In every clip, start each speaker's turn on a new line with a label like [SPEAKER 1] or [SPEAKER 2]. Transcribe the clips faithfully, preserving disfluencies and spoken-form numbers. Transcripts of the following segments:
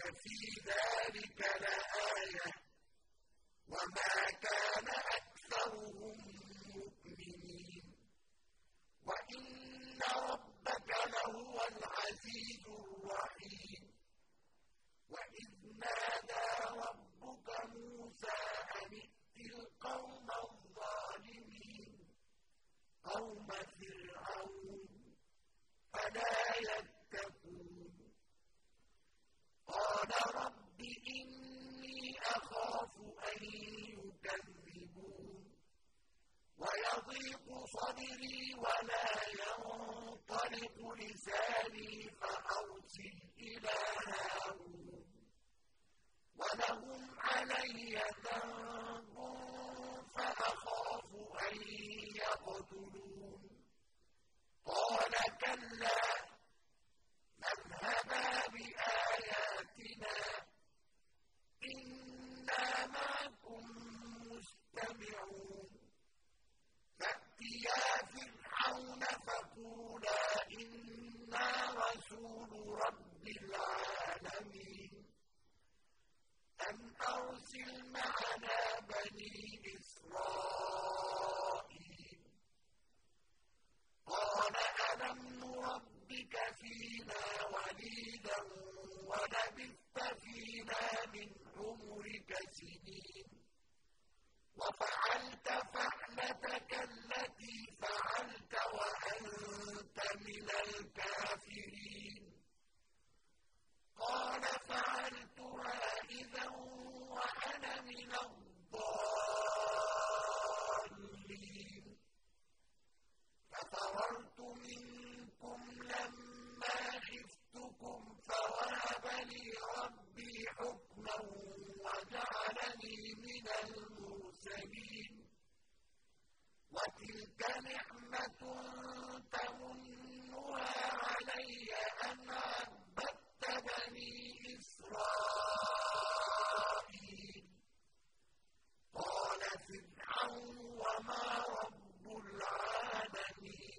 [SPEAKER 1] فِي ذَلِكَ لَآيَةٌ وَمَا كَانَ أَكْثَرُهُم مُّؤْمِنِينَ وَإِنَّ رَبَّكَ لَهُوَ الْعَزِيزُ الرَّحِيمُ وَإِذْ نَادَىٰ رَبُّكَ مُوسَىٰ أَنِ ائْتِ الْقَوْمَ الظَّالِمِينَ قَوْمَ فِرْعَوْنَ فَلَا يَتَّقُونَ قَالَ رَبِّ إِنِّي أَخَافُ أَن يُكَذِّبُونِ وَيَضِيقُ صَدْرِي وَلَا يَنطَلِقُ لِسَانِي فَأَرْسِلْ إِلَىٰ هَارُونَ وَلَهُمْ عَلَيَّ ذَنبٌ فَأَخَافُ أَن يَقْتُلُونِ قَالَ كَلَّا فاذهبا بِآيَاتِنَا إِنَّا مَعَكُم مُّسْتَمِعُونَ فَأْتِيَا فِرْعَوْنَ فَقُولَا إِنَّا رَسُولُ رَبِّ الْعَالَمِينَ أَنْ أَرْسِلْ مَعَنَا بَنِي إِسْرَائِيلَ قَالَ أَلَمْ نُرَبِّكَ فِينَا وَلِيدًا وَلَبِثْتَ فِينَا مِنْ عُمُرِكَ سِنِينَ وَفَعَلْتَ فَعْلَتَكَ الَّتِي فَعَلْتَ وَأَنتَ مِنَ الْكَافِرِينَ قَالَ فَعَلْتُهَا إِذًا وَأَنَا مِنَ الضَّالِّينَ فَفَرَرْتُ مِنكُمْ لَمَّا خِفْتُكُمْ فَوَهَبَ لِي رَبِّي حُكْمًا وَجَعَلَنِي مِنَ الْمُرْسَلِينَ وَتِلْكَ نِعْمَةٌ تَمُنُّهَا عَلَيَّ أَنْ عَبَّدتَّ بَنِي إِسْرَائِيلَ قَالَ فِرْعَوْنُ وَمَا رَبُّ الْعَالَمِينَ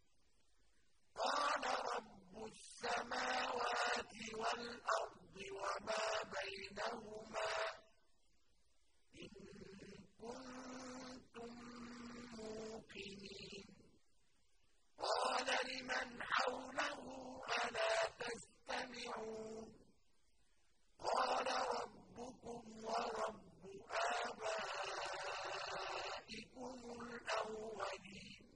[SPEAKER 1] قَالَ رَبُّ السَّمَاوَاتِ وَالْأَرْضِ وَمَا بَيْنَهُمَا إِن كُنتُم مُّوقِنِينَ قَالَ لِمَنْ حَوْلَهُ أَلَا تَسْتَمِعُونَ قَالَ رَبُّكُمْ وَرَبُّ آبَائِكُمُ الْأَوَّلِينَ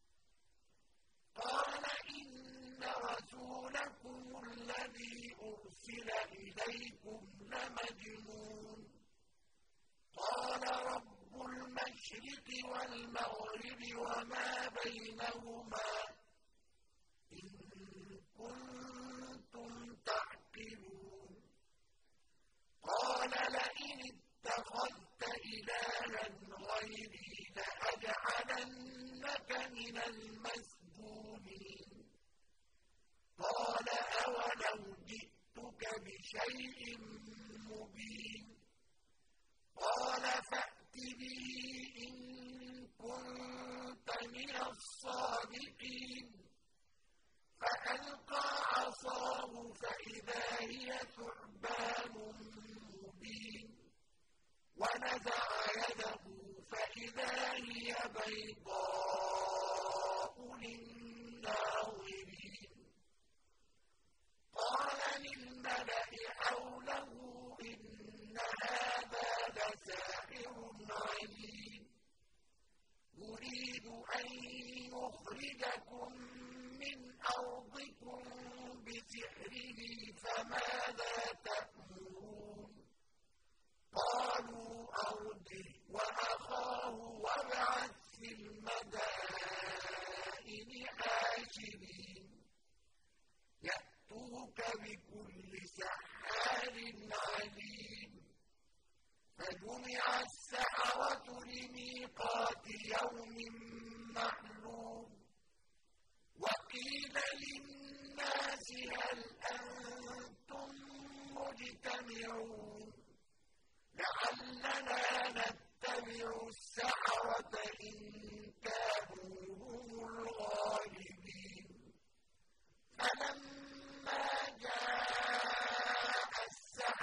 [SPEAKER 1] قَالَ إِنَّ رَسُولَكُمُ الَّذِي أُرْسِلَ إِلَيْكُمْ لَمَجْنُونٌ قَالَ رَبُّ الْمَشْرِقِ وَالْمَغْرِبِ وَمَا بَيْنَهُمَا إِن كُنتُمْ تَعْقِلُونَ قَالَ لَئِنِ اتَّخَذْتَ إِلَٰهًا غَيْرِي لَأَجْعَلَنَّكَ مِنَ الْمَسْجُونِينَ قَالَ أَوَلَوْ جِئْتُكَ بِشَيْءٍ مُّبِينٍ قَالَ فَأْتِ بِهِ إِن كُنتَ مِنَ الصَّادِقِينَ فَأَلْقَىٰ عَصَاهُ فَإِذَا هِيَ ثُعْبَانٌ مُّبِينٌ وَنَزَعَ يَدَهُ فَإِذَا هِيَ بَيْضَاءُ لِلنَّاظِرِينَ قَالَ لِلْمَلَإِ حَوْلَهُ إِنَّ هَٰذَا لَسَاحِرٌ عَلِيمٌ يُرِيدُ أَن يُخْرِجَكُم مِّنْ أَرْضِكُم بِسِحْرِهِ فَمَاذَا تَأْمُرُونَ قَالُوا أَرْجِهْ وَأَخَاهُ وَابْعَثْ فِي الْمَدَائِنِ حَاشِرِينَ يَأْتُوكَ بِكُلِّ سَحَّارٍ عَلِيمٍ فَجُمِعَ السَّحَرَةُ لِمِيقَاتِ يَوْمٍ مَّعْلُومٍ وَقِيلَ لِلنَّاسِ هَلْ أَنتُم مُّجْتَمِعُونَ لَعَلَّنَا نَتَّبِعُ السَّحَرَةَ إِن كَانُوا هُمُ الْغَالِبِينَ فَلَمَّا جَاءَ السَّحَرَةُ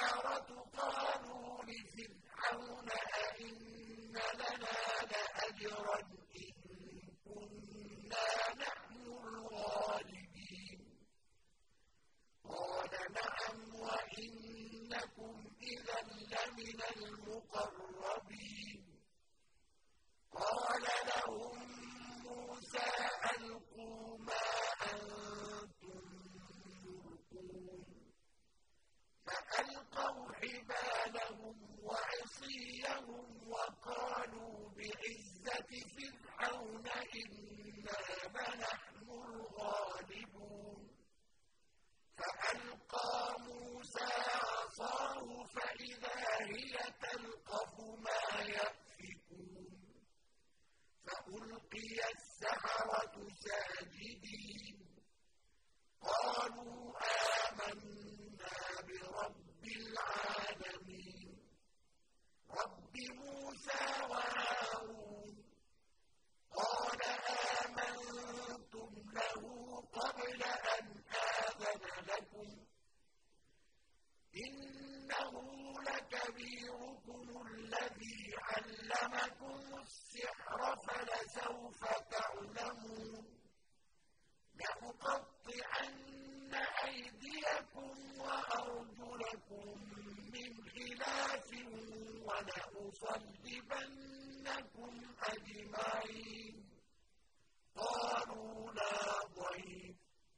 [SPEAKER 1] إِذًا لَّمِنَ الْمُقَرَّبِينَ قَالَ لَهُم مُّوسَىٰ أَلْقُوا مَا أَنتُم مُّلْقُونَ فَأَلْقَوْا حِبَالَهُمْ وَعِصِيَّهُمْ وَقَالُوا بِعِزَّةِ فِرْعَوْنَ إِنَّا لَنَحْنُ الْغَالِبُونَ فَأَلْقَىٰ مُوسَىٰ عَصَاهُ فَإِذَا هِيَ تَلْقَفُ مَا يَأْفِكُونَ فَأُلْقِيَ السَّحَرَةُ سَاجِدِينَ قَالُوا آمَنَّا بِرَبِّ الْعَالَمِينَ رَبِّ مُوسَىٰ وَهَارُونَ قَالَ آمَنتُمْ لَهُ قَبْلَ أَنْ آذَنَ لَكُمْ إِنَّهُ لَكَبِيرُكُمُ الَّذِي عَلَّمَكُمُ السِّحْرَ فَلَسَوْفَ تَعْلَمُونَ لَأُقَطِّعَنَّ أَيْدِيَكُمْ وَأَرْجُلَكُم مِّنْ خِلَافٍ وَلَأُصَلِّبَنَّكُمْ أَجْمَعِينَ قَالُوا لَا ضَيْرَ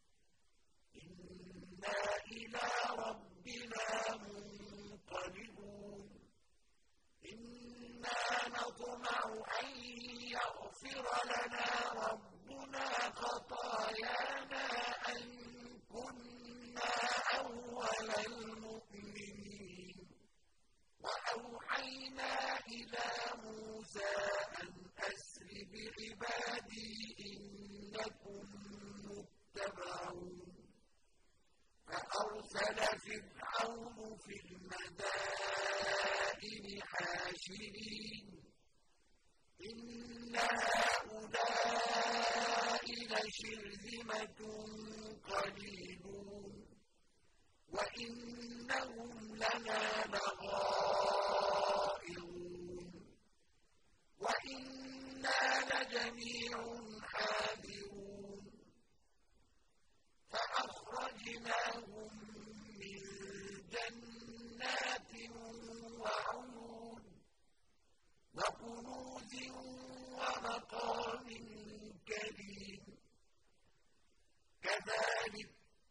[SPEAKER 1] إِنَّا إِلَىٰ رَبِّنَا مُنقَلِبُونَ إِنَّا نَطْمَعُ أَن يَغْفِرَ لَنَا رَبُّنَا خَطَايَانَا أَن كُنَّا أَوَّلَ الْمُؤْمِنِينَ وَأَوْحَيْنَا إِلَىٰ مُوسَىٰ أَنْ أَسْرِ بِعِبَادِي إِنَّكُم مُّتَّبَعُونَ فَأَرْسَلَ فِرْعَوْنُ فِي الْمَدَائِنِ حَاشِرِينَ إِنَّ هَٰؤُلَاءِ لَشِرْذِمَةٌ قَلِيلُونَ وَإِنَّهُمْ لَنَا لَغَائِظُونَ وَإِنَّا لَجَمِيعٌ حَاذِرُونَ فَأَخْرَجْنَاهُم مِّن جَنَّاتٍ وَعُيُونٍ وَكُنُوزٍ وَمَقَامٍ كَرِيمٍ كَذَٰلِكَ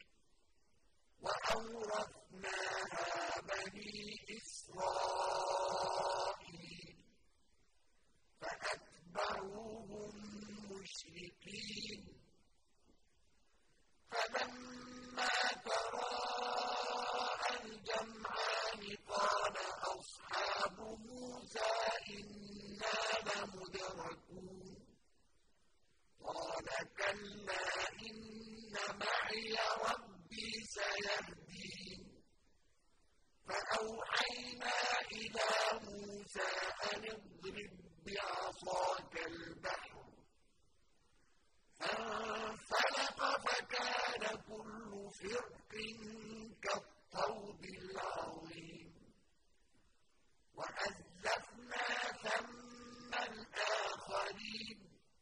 [SPEAKER 1] وَأَوْرَثْنَاهَا بَنِي إِسْرَائِيلَ فَأَتْبَعُوهُم مُّشْرِقِينَ فَلَمَّا تَرَاءَى الْجَمْعَانِ قَالَ أَصْحَابُ مُوسَىٰ إِنَّا لَمُدْرَكُونَ قَالَ كَلَّا إِنَّ مَعِيَ رَبِّي سَيَهْدِينِ فَأَوْحَيْنَا إِلَىٰ مُوسَىٰ أَنِ اضْرِب بِّعَصَاكَ الْبَحْرَ فَانفَلَقَ فَكَانَ كُلُّ فِرْقٍ كَالطَّوْدِ الْعَظِيمِ وَأَزْلَفْنَا ثَمَّ الْآخَرِينَ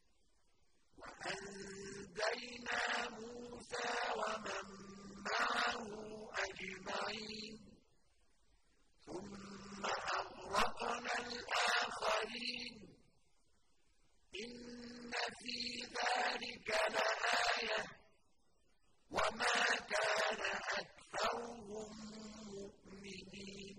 [SPEAKER 1] وَأَنجَيْنَا مُوسَىٰ وَمَن مَّعَهُ أَجْمَعِينَ ثُمَّ أَغْرَقْنَا الْآخَرِينَ إِنَّ فِي ذَٰلِكَ لَآيَةً وَمَا كَانَ أَكْثَرُهُم مُّؤْمِنِينَ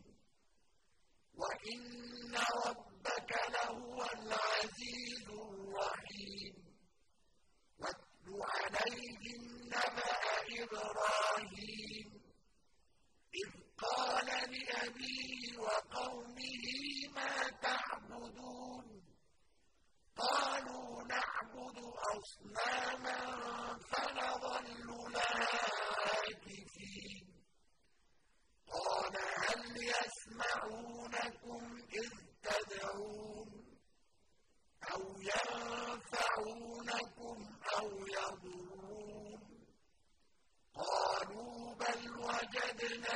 [SPEAKER 1] وَإِنَّ رَبَّكَ لَهُوَ الْعَزِيزُ الرَّحِيمُ وَاتْلُ عَلَيْهِمْ نَبَأَ إِبْرَاهِيمَ إِذْ قَالَ لِأَبِيهِ وَقَوْمِهِ مَا تَعْبُدُونَ قَالُوا نَعْبُدُ أَصْنَامًا فَنَظَلُّ لَهَا عَاكِفِينَ قَالَ هَلْ يَسْمَعُونَكُمْ إِذْ تَدْعُونَ أَوْ يَنفَعُونَكُمْ أَوْ يَضُرُّونَ قَالُوا بَلْ وَجَدْنَا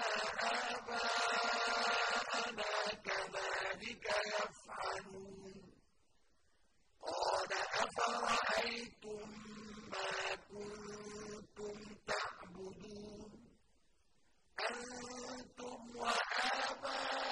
[SPEAKER 1] آبَاءَنَا كَذَٰلِكَ يَفْعَلُونَ قَالَ أَفَرَأَيْتُم مَّا كُنتُمْ تَعْبُدُونَ أَنتُمْ وَآبَاؤُكُمُ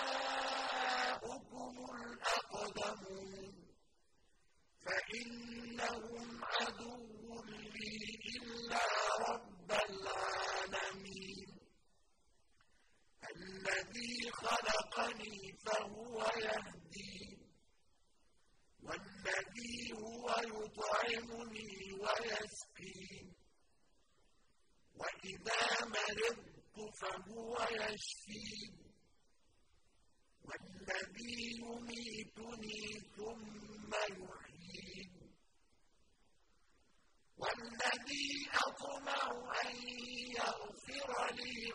[SPEAKER 1] والذي خلقني فهو يهدين والذي هو يطعمني ويسقين وإذا مرضت فهو يشفين والذي يميتني ثم يحيين والذي أطمع أن يغفر لي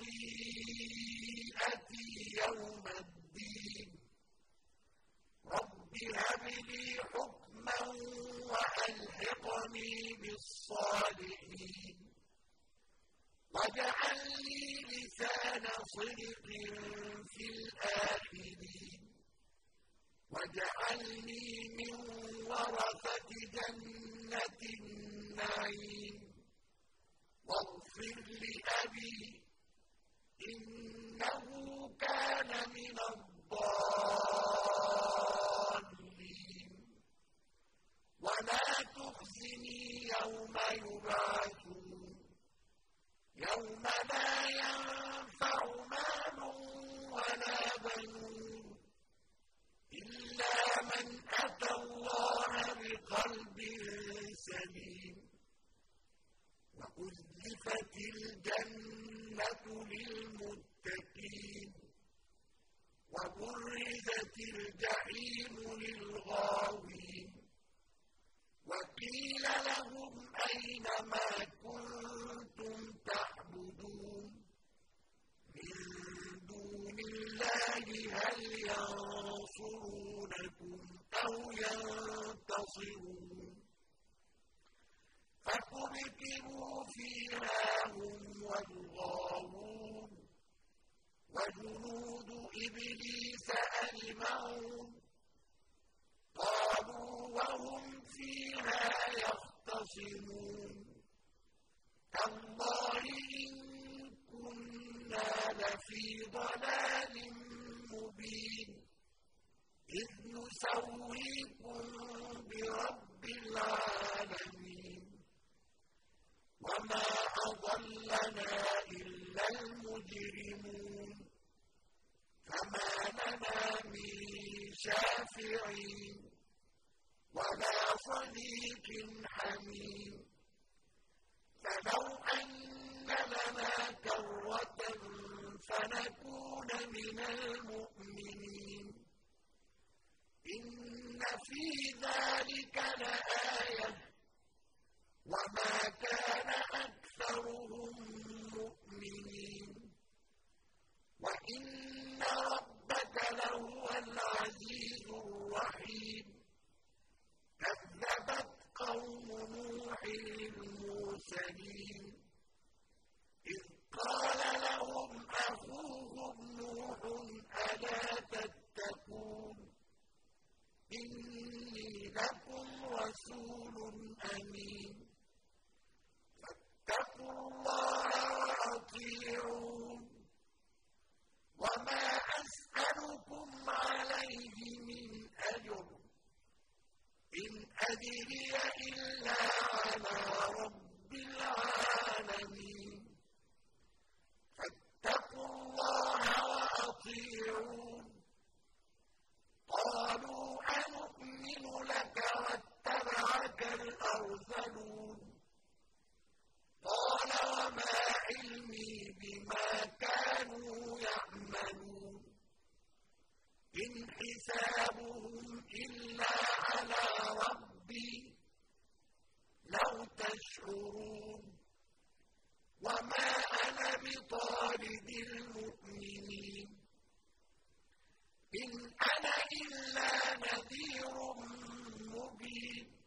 [SPEAKER 1] خطيئتي يوم الدين رب هب لي حكما وألحقني بالصالحين واجعل لي لسان صدق في الآخرين واجعلني من ورثة جنة النعيم واغفر لأبي إنه كان من الضالين ولا تخزني يوم يبعثون يوم لا ينفع مال ولا بنون إلا من أتى الله بقلب سليم وأزلفت الجنة للمتقين وبرزت الجحيم للغاوين وقيل لهم أين ما كنتم تعبدون من دون الله هل ينصرونكم أو ينتصرون فكبكبوا فيها هم والغاوون وجنود إبليس أجمعون قالوا وهم فيها يختصمون تالله إن كنا لفي ضلال مبين إذ نسويكم برب العالمين وما أضلنا إلا المجرمون فما لنا من شافعين ولا صديق حميم فلو أن لنا كرة فنكون من المؤمنين إن في ذلك لآية وما كان أكثرهم مؤمنين وإن ربك لهو العزيز الرحيم كذبت قوم نوح المرسلين إذ قال لهم أخوهم نوح ألا تتقون إني لكم رسول أمين فاتقوا الله وأطيعون وما أسألكم عليه من أجر إن أجري إلا على رب العالمين فاتقوا الله وأطيعون قالوا أنؤمن لك واتبعك الأرذلون قال وما علمي بما كانوا يعملون إن حسابهم إلا على ربي لو تشعرون وما أنا بطارد المؤمنين إن أنا إلا نذير مبين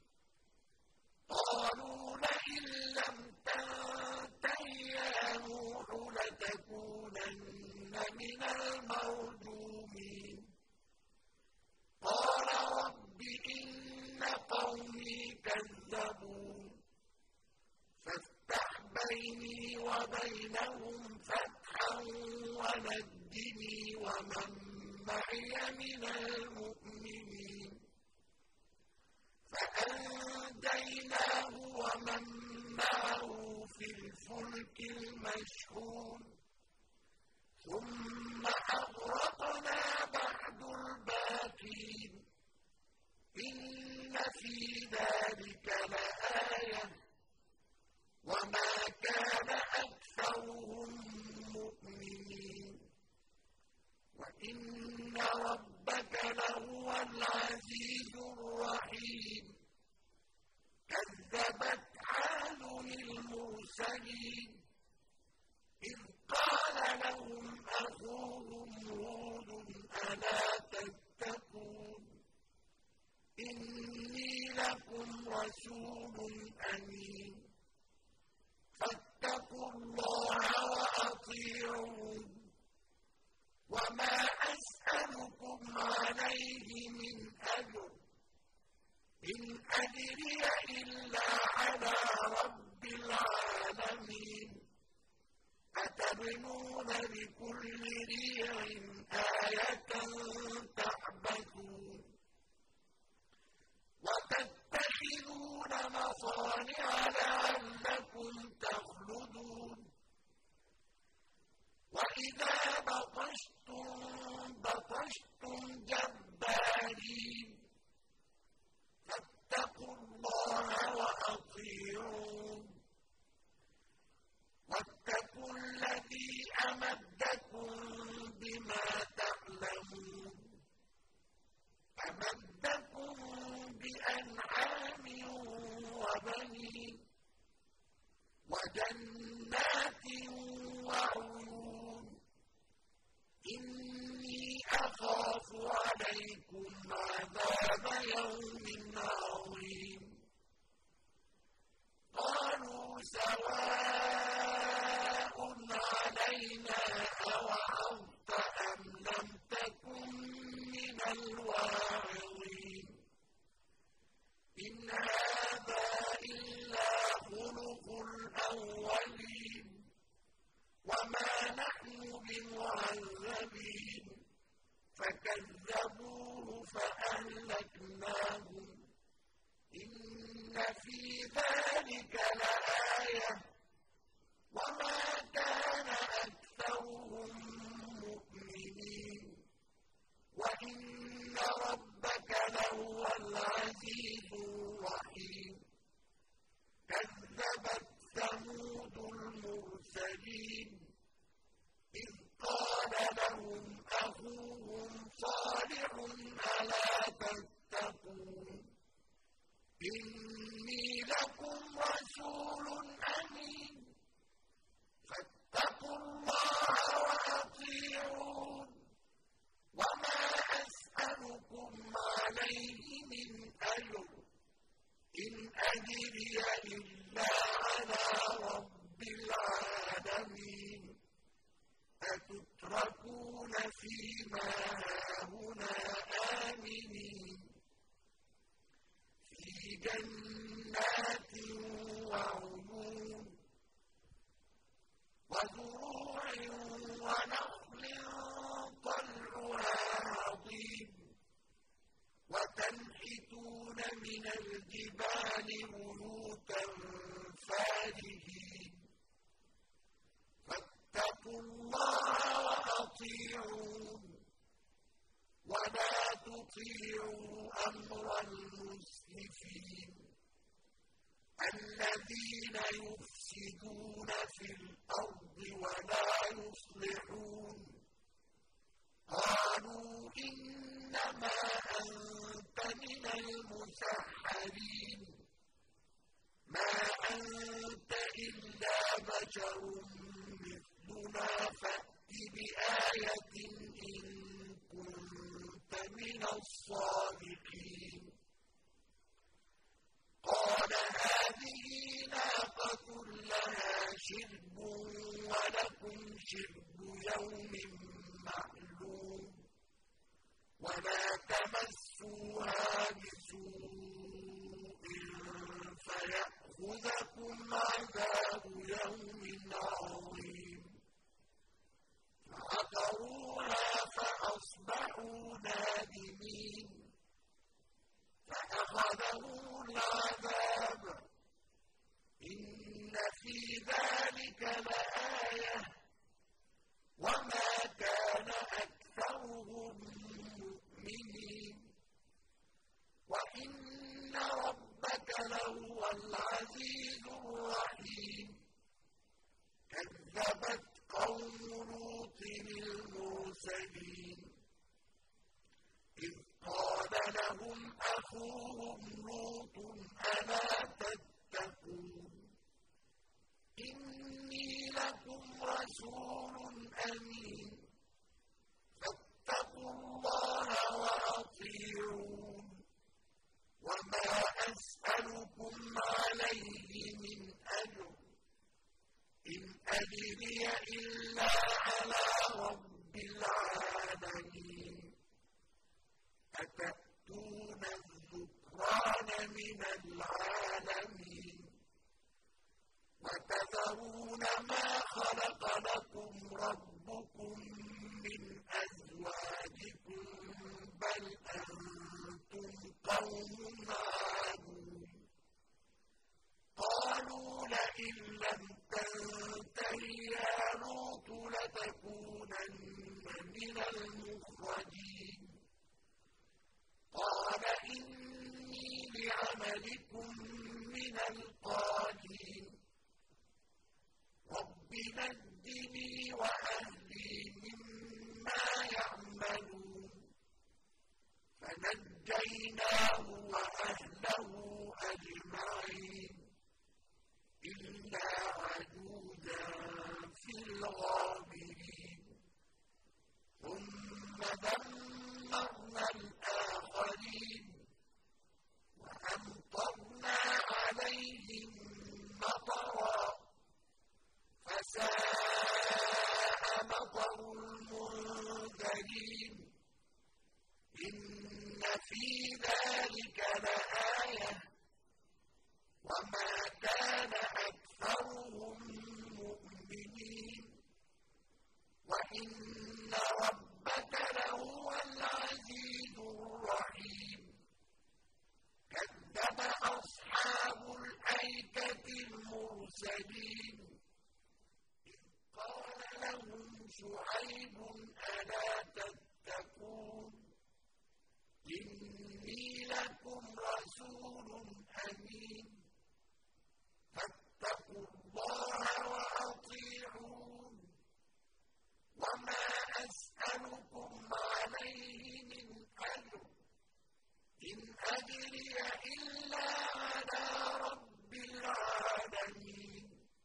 [SPEAKER 1] قالوا لئن لم تنته يا نوح لتكونن من المرجومين قال رب إن قومي كذبون فافتح بيني وبينهم فتحا ونجني ومن معي من المؤمنين فأنجيناه ومن معه في الفلك المشحون ثم في ذلك لآية وما كان أكثرهم مؤمنين وإن ربك لهو العزيز الرحيم كذبت عاد المرسلين إذ قال لهم أخوهم هود ألا تتقون إني لكم رسول أمين فاتقوا الله وأطيعون وما أسألكم عليه من أجر إن أجري إلا على رب العالمين أتبنون بكل ريع آية تعبثون وتتخذون مصانع لعلكم تخلدون وإذا بطشتم بطشتم جبارين فاتقوا الله وأطيعون واتقوا الذي أمدكم بما تعلمون أمدكم بأنعام وبنين وجنات وعيون إني أخاف عليكم عذاب يوم عظيم قالوا سواء علينا أوعظت أم لم تكن من الواعظين إن هذا إلا خلق الأولين وما نحن بمعذبين فكذبوه فأهلكناهم إن في ذلك لآية وما كان أكثرهم مؤمنين وإن ربك لهو العزيز الرحيم كذبت ثمود المرسلين إذ قال لهم أخوهم صالح ألا تتقون إني لكم رسول أمين فاتقوا الله وأطيعون وما أسألكم عليه من أجر إن أجري إلا على رب العالمين أتتركون فيما هاهنا آمنين في جنات وعيون وزروع ونخل طلعها عظيم وتنحتون من الجبال بيوتا فارهين فاتقوا الله وأطيعون ولا تطيعوا أمر المسرفين الذين يفسدون في الأرض ولا يصلحون قالوا إنما أنت من المسحرين ما أنت إلا بشر مثلنا فأت بآية إن كنت من الصادقين قال هذه ناقة لها شرب ولكم شرب يوم معلوم ولا تمسوها بسوء فيأخذكم عذاب يوم عظيم فعقروها فأصبحوا نادمين فأخذهم العذاب إن في ذلك لآية وما كان أكثرهم مؤمنين وإن رَسُولٌ أَمِينٌ فَاتَّقُوا اللَّهَ وَأَطِيعُونِ وَمَا أَسْأَلُكُمْ عَلَيْهِ مِنْ أَجْرٍ إِنْ أَجْرِيَ إِلَّا عَلَىٰ رَبِّ الْعَالَمِينَ أَتَأْتُونَ الذُّكْرَانَ مِنَ الْعَالَمِينَ وَتَذَرُونَ مَا خَلَقَ لَكُمْ رَبُّكُم مِّنْ أَزْوَاجِكُم بَلْ أَنتُمْ قَوْمٌ عَادُونَ قَالُوا لَئِن لَّمْ تَنتَهِ يَا لُوطُ لَتَكُونَنَّ مِنَ الْمُخْرَجِينَ قَالَ إِنِّي لِعَمَلِكُم مِّنَ الْقَالِينَ رَبِّ نَجِّنِي وَأَهْلِي مِمَّا يَعْمَلُونَ فَنَجَّيْنَاهُ وَأَهْلَهُ أَجْمَعِينَ إِلَّا عَجُوزًا فِي الْغَابِرِينَ ثُمَّ دَمَّرْنَا الْآخَرِينَ وَأَمْطَرْنَا عَلَيْهِم مَّطَرًا فَسَاءَ مَطَرُ الْمُنذَرِينَ إِنَّ فِي ذَلِكَ لَآيَةً وَمَا كَانَ أَكْثَرُهُم مُّؤْمِنِينَ وَإِنَّ رَبَّكَ لَهُوَ الْعَزِيزُ الرَّحِيمُ كَذَّبَ أَصْحَابُ الْأَيْكَةِ الْمُرْسَلِينَ إِذْ قَالَ لَهُمْ شُعَيْبٌ أَلَا تَتَّقُونَ إِنِّي لَكُمْ رَسُولٌ أَمِينٌ فَاتَّقُوا اللَّهَ وَأَطِيعُونِ وَمَا أَسْأَلُكُمْ عَلَيْهِ مِنْ أَجْرٍ إِنْ أَجْرِيَ إِلَّا عَلَىٰ رَبِّ الْعَالَمِينَ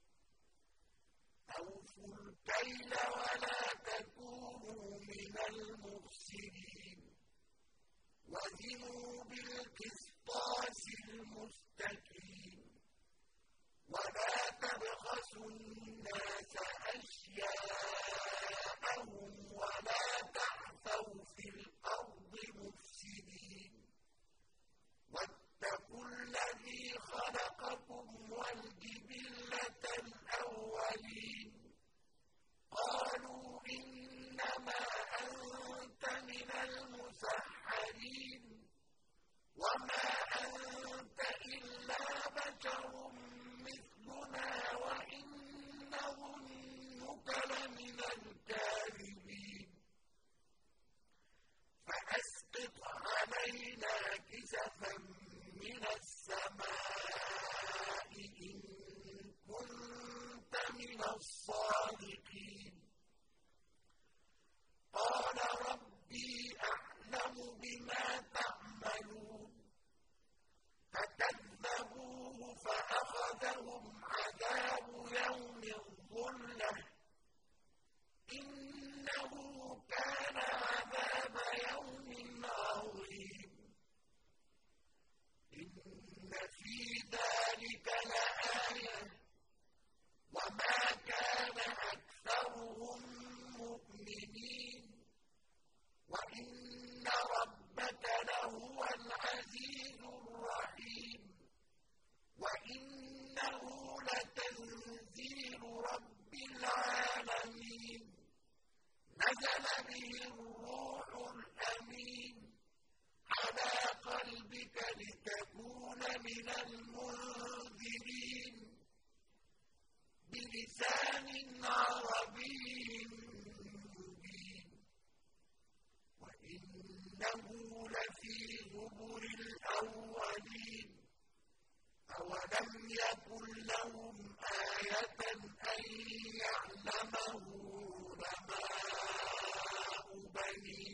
[SPEAKER 1] أَوْفُوا الْكَيْلَ وَلَا تَكُونُوا مِنَ الْمُخْسِرِينَ وَزِنُوا بِالْقِسْطَاسِ الْمُسْتَقِيمِ وَلَا تَبْخَسُوا النَّاسَ أَشْيَاءَهُمْ وَلَا تَعْثَوْا فِي الْأَرْضِ مُفْسِدِينَ وَاتَّقُوا الَّذِي خَلَقَكُمْ وَالْجِبِلَّةَ الْأَوَّلِينَ قَالُوا إِنَّمَا أَنتَ مِنَ الْمُسَحَّرِينَ وَمَا أَنتَ إِلَّا بَشَرٌ مِّثْلُنَا وَإِن نَّظُنُّكَ لَمِنَ الْكَاذِبِينَ فَأَسْقِطْ عَلَيْنَا كِسَفًا مِّنَ السَّمَاءِ إِن كُنتَ مِنَ الصَّادِقِينَ قَالَ رَبِّي أَعْلَمُ بِمَا تَعْمَلُونَ فَكَذَّبُوهُ فَأَخَذَهُمْ عَذَابُ يَوْمِ الظُّلَّةِ إِنَّهُ كَانَ عَذَابَ يَوْمٍ عَظِيمٍ إِنَّ فِي ذَلِكَ لَآيَةً وَمَا كَانَ أَكْثَرُهُم مُّؤْمِنِينَ وَإِنَّ رَبَّكَ لَهُوَ الْعَزِيزُ الرَّحِيمُ وَإِنَّهُ لَتَنزِيلُ رَبِّ الْعَالَمِينَ نَزَلَ بِهِ الرُّوحُ الْأَمِينُ عَلَىٰ قَلْبِكَ لِتَكُونَ مِنَ الْمُنذِرِينَ بِلِسَانٍ عَرَبِيٍّ مُّبِينٍ وَإِنَّهُ لَفِي زُبُرِ الْأَوَّلِينَ أَوَلَمْ يَكُن لَّهُمْ آيَةً أَن يَعْلَمَهُ عُلَمَاءُ بَنِي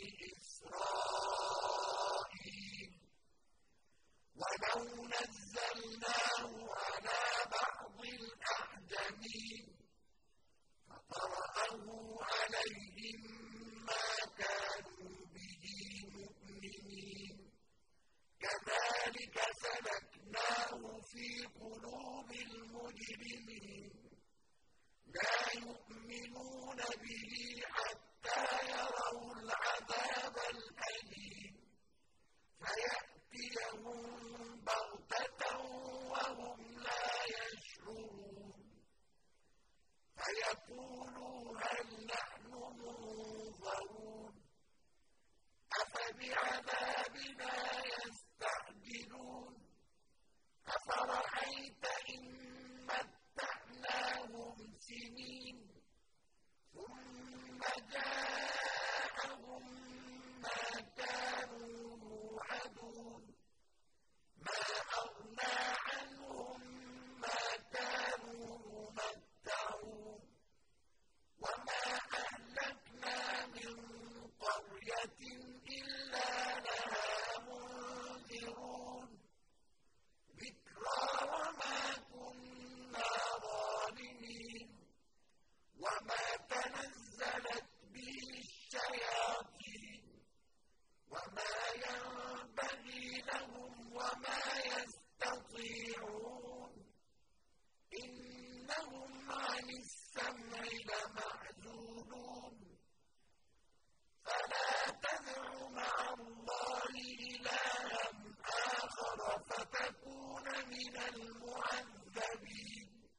[SPEAKER 1] إِسْرَائِيلَ وَلَوْ نَزَّلْنَاهُ عَلَىٰ بَعْضِ الْأَعْجَمِينَ فَقَرَأَهُ في قلوب المجرمين لا يؤمنون به حتى يروا العذاب الأليم فيأتيهم بغتة وهم لا يشعرون فيقولوا هل نحن منظرون أفبعذابنا يستعجلون أفرأيت إن متعناهم سنين ثم جاءهم ما كانوا يوعدون ما أغنى عنهم ما كانوا يمتعون وما أهلكنا من قرية إلا لها منذرون ذكرى وما كنا ظالمين وما تنزلت به الشياطين وما ينبغي لهم وما يستطيعون إنهم عن السمع لمعزولون فلا تدع مع الله إلها آخر فتكون من المعذبين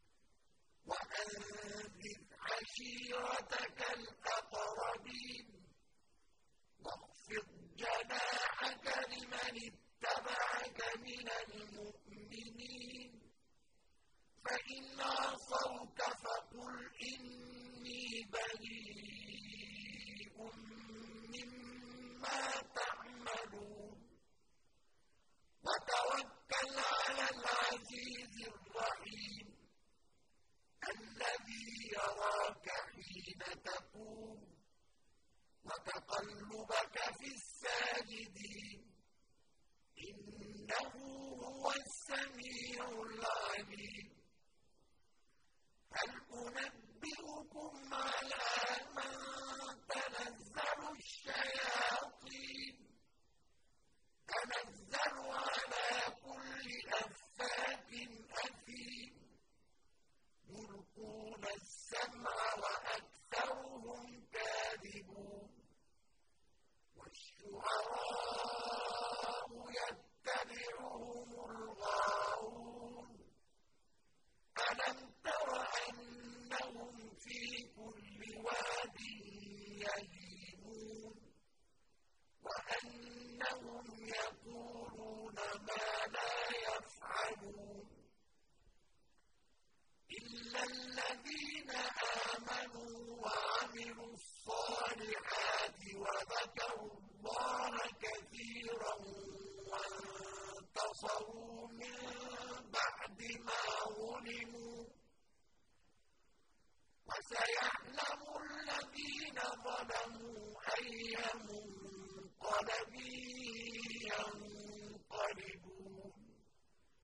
[SPEAKER 1] وأنذر عشيرتك الأقربين واخفض جناحك لمن اتبعك من المؤمنين فإن عصوك فقل إني بريء مما تعملون وتوكل على العزيز الرحيم الذي يراك حين تقوم وتقلبك في الساجدين إنه هو السميع العليم هل أنبئكم على من تنزل الشياطين تنزل على كل أفاك أثيم يلقون السمع وأكثرهم كاذبون والشعراء يتبعهم الغاوون ألم تر أنهم في كل واد يهيمون وأنهم يقولون ما لا يفعلون إلا الذين آمنوا وعملوا الصالحات وذكروا الله كثيرا وانتصروا من بعد ما ظلموا وسيعلم الذين ظلموا أي منقلب